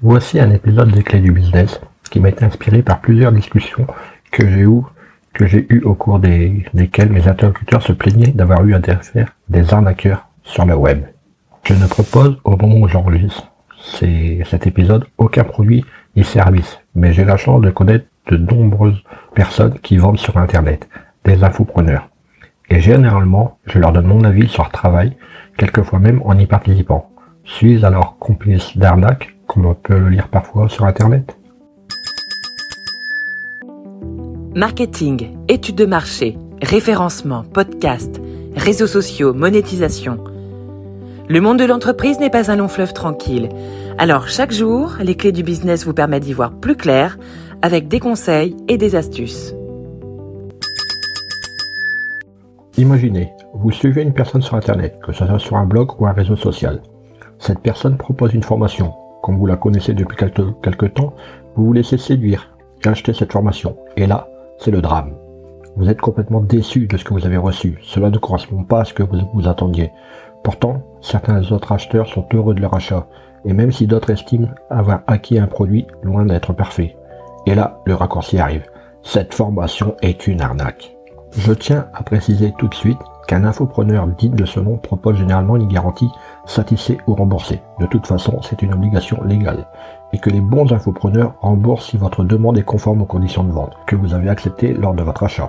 Voici un épisode des Clés du business qui m'a été inspiré par plusieurs discussions que j'ai eues au cours desquelles mes interlocuteurs se plaignaient d'avoir eu à faire des arnaqueurs sur le web. Je ne propose au moment où j'enregistre cet épisode aucun produit ni service, mais j'ai la chance de connaître de nombreuses personnes qui vendent sur internet, des infopreneurs. Et généralement, je leur donne mon avis sur leur travail, quelquefois même en y participant. Suis-je alors complice d'arnaque, comme on peut le lire parfois sur internet? Marketing, études de marché, référencement, podcast, réseaux sociaux, monétisation. Le monde de l'entreprise n'est pas un long fleuve tranquille. Alors chaque jour, les clés du business vous permettent d'y voir plus clair avec des conseils et des astuces. Imaginez, vous suivez une personne sur internet, que ce soit sur un blog ou un réseau social. Cette personne propose une formation. Comme vous la connaissez depuis quelque temps, vous vous laissez séduire et acheter cette formation. Et là, c'est le drame. Vous êtes complètement déçu de ce que vous avez reçu. Cela ne correspond pas à ce que vous attendiez. Pourtant, certains autres acheteurs sont heureux de leur achat. Et même si d'autres estiment avoir acquis un produit loin d'être parfait. Et là, le raccourci arrive. Cette formation est une arnaque. Je tiens à préciser tout de suite qu'un infopreneur digne de ce nom propose généralement une garantie satisfait ou remboursée. De toute façon, c'est une obligation légale. Et que les bons infopreneurs remboursent si votre demande est conforme aux conditions de vente que vous avez acceptées lors de votre achat.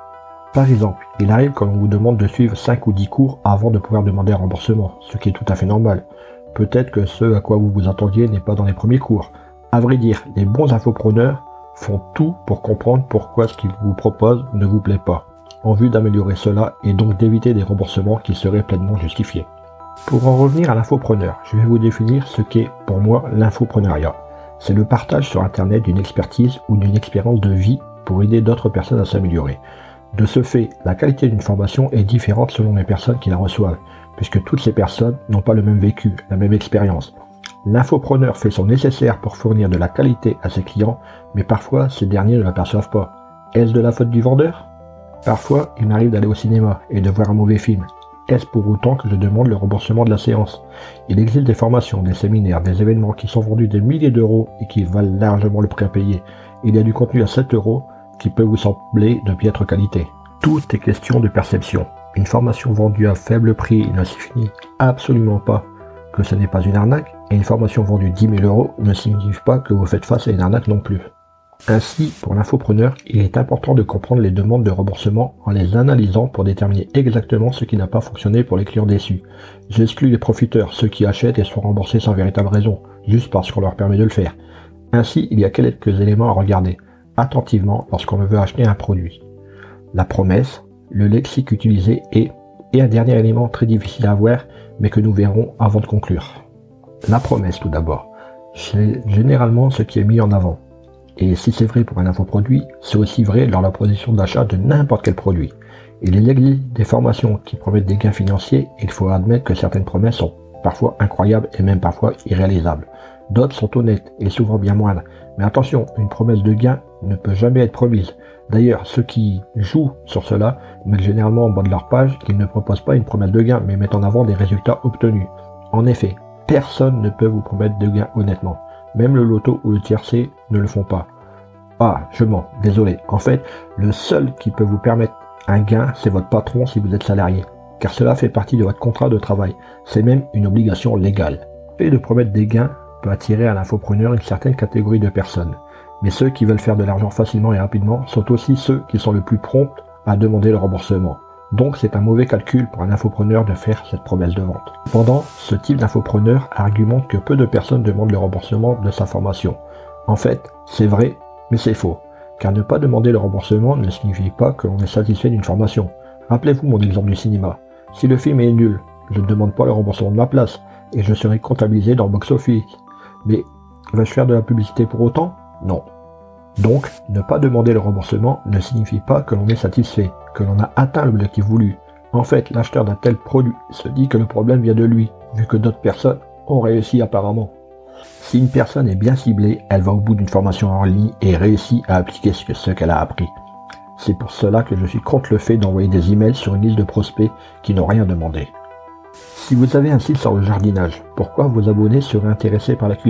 Par exemple, il arrive qu'on vous demande de suivre 5 ou 10 cours avant de pouvoir demander un remboursement, ce qui est tout à fait normal. Peut-être que ce à quoi vous vous attendiez n'est pas dans les premiers cours. À vrai dire, les bons infopreneurs font tout pour comprendre pourquoi ce qu'ils vous proposent ne vous plaît pas, en vue d'améliorer cela et donc d'éviter des remboursements qui seraient pleinement justifiés. Pour en revenir à l'infopreneur, je vais vous définir ce qu'est pour moi l'infopreneuriat. C'est le partage sur internet d'une expertise ou d'une expérience de vie pour aider d'autres personnes à s'améliorer. De ce fait, la qualité d'une formation est différente selon les personnes qui la reçoivent, puisque toutes ces personnes n'ont pas le même vécu, la même expérience. L'infopreneur fait son nécessaire pour fournir de la qualité à ses clients, mais parfois ces derniers ne l'aperçoivent pas. Est-ce de la faute du vendeur? Parfois, il m'arrive d'aller au cinéma et de voir un mauvais film. Est-ce pour autant que je demande le remboursement de la séance? Il existe des formations, des séminaires, des événements qui sont vendus des milliers d'euros et qui valent largement le prix à payer. Il y a du contenu à 7 euros qui peut vous sembler de piètre qualité. Tout est question de perception. Une formation vendue à faible prix ne signifie absolument pas que ce n'est pas une arnaque, et une formation vendue 10 000 euros ne signifie pas que vous faites face à une arnaque non plus. Ainsi, pour l'infopreneur, il est important de comprendre les demandes de remboursement en les analysant pour déterminer exactement ce qui n'a pas fonctionné pour les clients déçus. J'exclus les profiteurs, ceux qui achètent et sont remboursés sans véritable raison, juste parce qu'on leur permet de le faire. Ainsi, il y a quelques éléments à regarder attentivement lorsqu'on veut acheter un produit. La promesse, le lexique utilisé et un dernier élément très difficile à voir, mais que nous verrons avant de conclure. La promesse tout d'abord. C'est généralement ce qui est mis en avant. Et si c'est vrai pour un infoproduit, c'est aussi vrai lors de la proposition d'achat de n'importe quel produit. Il existe des formations qui promettent des gains financiers et il faut admettre que certaines promesses sont parfois incroyables et même parfois irréalisables. D'autres sont honnêtes et souvent bien moindres. Mais attention, une promesse de gain ne peut jamais être promise. D'ailleurs, ceux qui jouent sur cela mettent généralement en bas de leur page qu'ils ne proposent pas une promesse de gain mais mettent en avant des résultats obtenus. En effet, personne ne peut vous promettre de gain honnêtement. Même le loto ou le tiercé ne le font pas. Ah, je mens, désolé. En fait, le seul qui peut vous permettre un gain, c'est votre patron si vous êtes salarié. Car cela fait partie de votre contrat de travail. C'est même une obligation légale. Et de promettre des gains peut attirer à l'infopreneur une certaine catégorie de personnes. Mais ceux qui veulent faire de l'argent facilement et rapidement sont aussi ceux qui sont le plus prompts à demander le remboursement. Donc c'est un mauvais calcul pour un infopreneur de faire cette promesse de vente. Cependant, ce type d'infopreneur argumente que peu de personnes demandent le remboursement de sa formation. En fait, c'est vrai, mais c'est faux. Car ne pas demander le remboursement ne signifie pas que l'on est satisfait d'une formation. Rappelez-vous mon exemple du cinéma. Si le film est nul, je ne demande pas le remboursement de ma place, et je serai comptabilisé dans le box-office. Mais vais-je faire de la publicité pour autant? Non. Donc, ne pas demander le remboursement ne signifie pas que l'on est satisfait, que l'on a atteint l'objectif voulu. En fait, l'acheteur d'un tel produit se dit que le problème vient de lui, vu que d'autres personnes ont réussi apparemment. Si une personne est bien ciblée, elle va au bout d'une formation en ligne et réussit à appliquer ce qu'elle a appris. C'est pour cela que je suis contre le fait d'envoyer des emails sur une liste de prospects qui n'ont rien demandé. Si vous avez un site sur le jardinage, pourquoi vos abonnés seraient intéressés par la cuisine?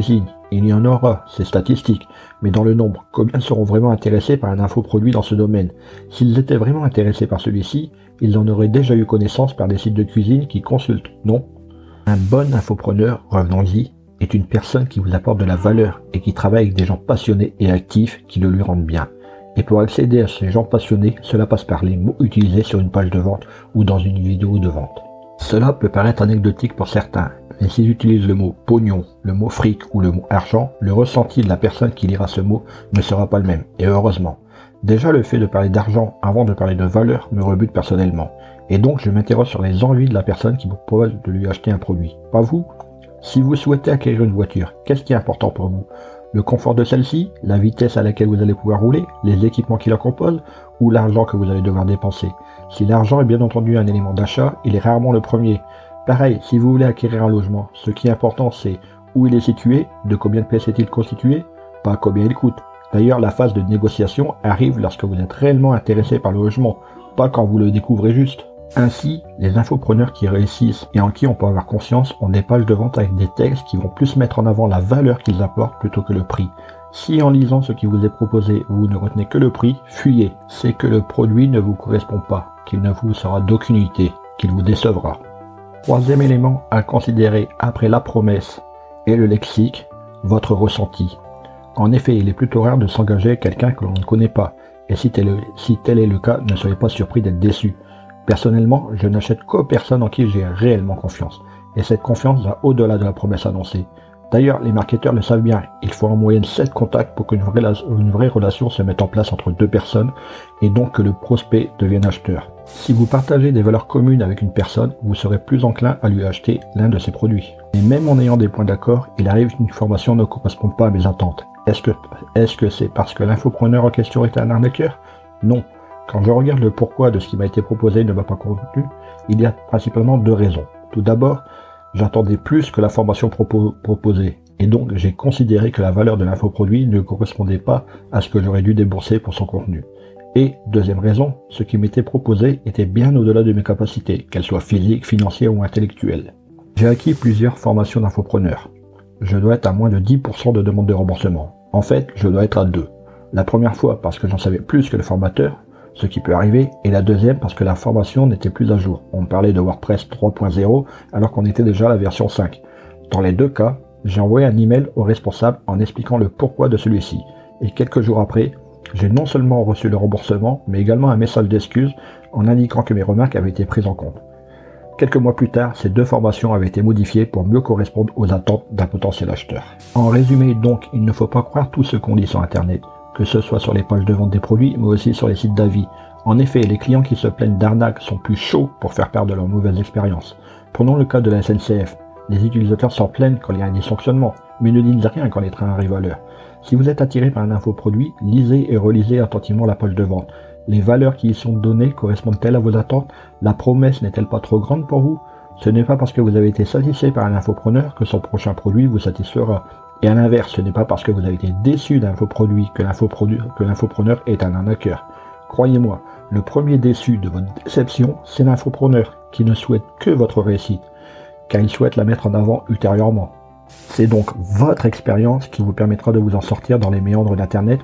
Il y en aura, c'est statistique, mais dans le nombre, combien seront vraiment intéressés par un infoproduit dans ce domaine? S'ils étaient vraiment intéressés par celui-ci, ils en auraient déjà eu connaissance par des sites de cuisine qui consultent, non? Un bon infopreneur, revenons-y, est une personne qui vous apporte de la valeur et qui travaille avec des gens passionnés et actifs qui le lui rendent bien. Et pour accéder à ces gens passionnés, cela passe par les mots utilisés sur une page de vente ou dans une vidéo de vente. Cela peut paraître anecdotique pour certains, mais s'ils utilisent le mot pognon, le mot fric ou le mot argent, le ressenti de la personne qui lira ce mot ne sera pas le même, et heureusement. Déjà le fait de parler d'argent avant de parler de valeur me rebute personnellement, et donc je m'interroge sur les envies de la personne qui vous propose de lui acheter un produit. Pas vous? Si vous souhaitez acquérir une voiture, qu'est-ce qui est important pour vous? Le confort de celle-ci, la vitesse à laquelle vous allez pouvoir rouler, les équipements qui la composent, ou l'argent que vous allez devoir dépenser? Si l'argent est bien entendu un élément d'achat, il est rarement le premier. Pareil, si vous voulez acquérir un logement, ce qui est important c'est où il est situé, de combien de pièces est-il constitué, pas combien il coûte. D'ailleurs, la phase de négociation arrive lorsque vous êtes réellement intéressé par le logement, pas quand vous le découvrez juste. Ainsi, les infopreneurs qui réussissent et en qui on peut avoir confiance ont des pages de vente avec des textes qui vont plus mettre en avant la valeur qu'ils apportent plutôt que le prix. Si en lisant ce qui vous est proposé, vous ne retenez que le prix, fuyez. C'est que le produit ne vous correspond pas, qu'il ne vous sera d'aucune utilité, qu'il vous décevra. Troisième élément à considérer après la promesse et le lexique, votre ressenti. En effet, il est plutôt rare de s'engager avec quelqu'un que l'on ne connaît pas, et si tel est le cas, ne soyez pas surpris d'être déçu. Personnellement, je n'achète qu'aux personnes en qui j'ai réellement confiance, et cette confiance va au-delà de la promesse annoncée. D'ailleurs, les marketeurs le savent bien, il faut en moyenne 7 contacts pour qu'une vraie relation se mette en place entre deux personnes, et donc que le prospect devienne acheteur. Si vous partagez des valeurs communes avec une personne, vous serez plus enclin à lui acheter l'un de ses produits. Et même en ayant des points d'accord, il arrive qu'une formation ne corresponde pas à mes attentes. Est-ce que c'est parce que l'infopreneur en question est un arnaqueur? Non. Quand je regarde le pourquoi de ce qui m'a été proposé ne m'a pas convenu, il y a principalement deux raisons. Tout d'abord, j'attendais plus que la formation proposée, et donc j'ai considéré que la valeur de l'infoproduit ne correspondait pas à ce que j'aurais dû débourser pour son contenu. Et, deuxième raison, ce qui m'était proposé était bien au-delà de mes capacités, qu'elles soient physiques, financières ou intellectuelles. J'ai acquis plusieurs formations d'infopreneurs. Je dois être à moins de 10% de demande de remboursement. En fait, je dois être à 2. La première fois parce que j'en savais plus que le formateur, ce qui peut arriver, et la deuxième parce que la formation n'était plus à jour. On me parlait de WordPress 3.0 alors qu'on était déjà à la version 5. Dans les deux cas, j'ai envoyé un email au responsable en expliquant le pourquoi de celui-ci. Et quelques jours après, j'ai non seulement reçu le remboursement, mais également un message d'excuse en indiquant que mes remarques avaient été prises en compte. Quelques mois plus tard, ces deux formations avaient été modifiées pour mieux correspondre aux attentes d'un potentiel acheteur. En résumé donc, il ne faut pas croire tout ce qu'on lit sur Internet, que ce soit sur les pages de vente des produits, mais aussi sur les sites d'avis. En effet, les clients qui se plaignent d'arnaques sont plus chauds pour faire part de leurs mauvaises expériences. Prenons le cas de la SNCF. Les utilisateurs s'en plaignent quand il y a un dysfonctionnement, mais ne disent rien quand les trains arrivent à l'heure. Si vous êtes attiré par un infoproduit, lisez et relisez attentivement la page de vente. Les valeurs qui y sont données correspondent-elles à vos attentes? La promesse n'est-elle pas trop grande pour vous? Ce n'est pas parce que vous avez été satisfait par un infopreneur que son prochain produit vous satisfera. Et à l'inverse, ce n'est pas parce que vous avez été déçu d'un infoproduit que l'infopreneur est un arnaqueur. Croyez-moi, le premier déçu de votre déception, c'est l'infopreneur, qui ne souhaite que votre réussite, car il souhaite la mettre en avant ultérieurement. C'est donc votre expérience qui vous permettra de vous en sortir dans les méandres d'Internet,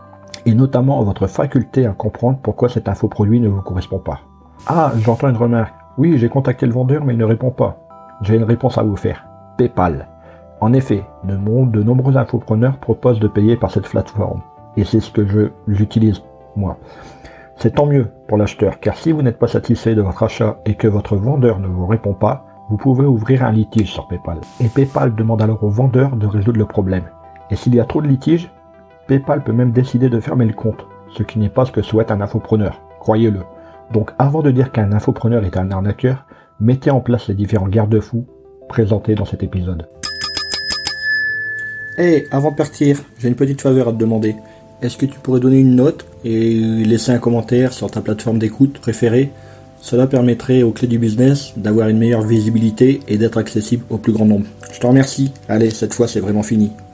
et notamment votre faculté à comprendre pourquoi cet infoproduit ne vous correspond pas. Ah, j'entends une remarque. Oui, j'ai contacté le vendeur, mais il ne répond pas. J'ai une réponse à vous faire. PayPal. En effet, de nombreux infopreneurs proposent de payer par cette plateforme, et c'est ce que j'utilise moi. C'est tant mieux pour l'acheteur, car si vous n'êtes pas satisfait de votre achat et que votre vendeur ne vous répond pas, vous pouvez ouvrir un litige sur PayPal. Et PayPal demande alors au vendeur de résoudre le problème. Et s'il y a trop de litiges, PayPal peut même décider de fermer le compte, ce qui n'est pas ce que souhaite un infopreneur, croyez-le. Donc avant de dire qu'un infopreneur est un arnaqueur, mettez en place les différents garde-fous présentés dans cet épisode. Hey, avant de partir, j'ai une petite faveur à te demander. Est-ce que tu pourrais donner une note et laisser un commentaire sur ta plateforme d'écoute préférée? Cela permettrait aux clés du business d'avoir une meilleure visibilité et d'être accessible au plus grand nombre. Je te remercie. Allez, cette fois c'est vraiment fini.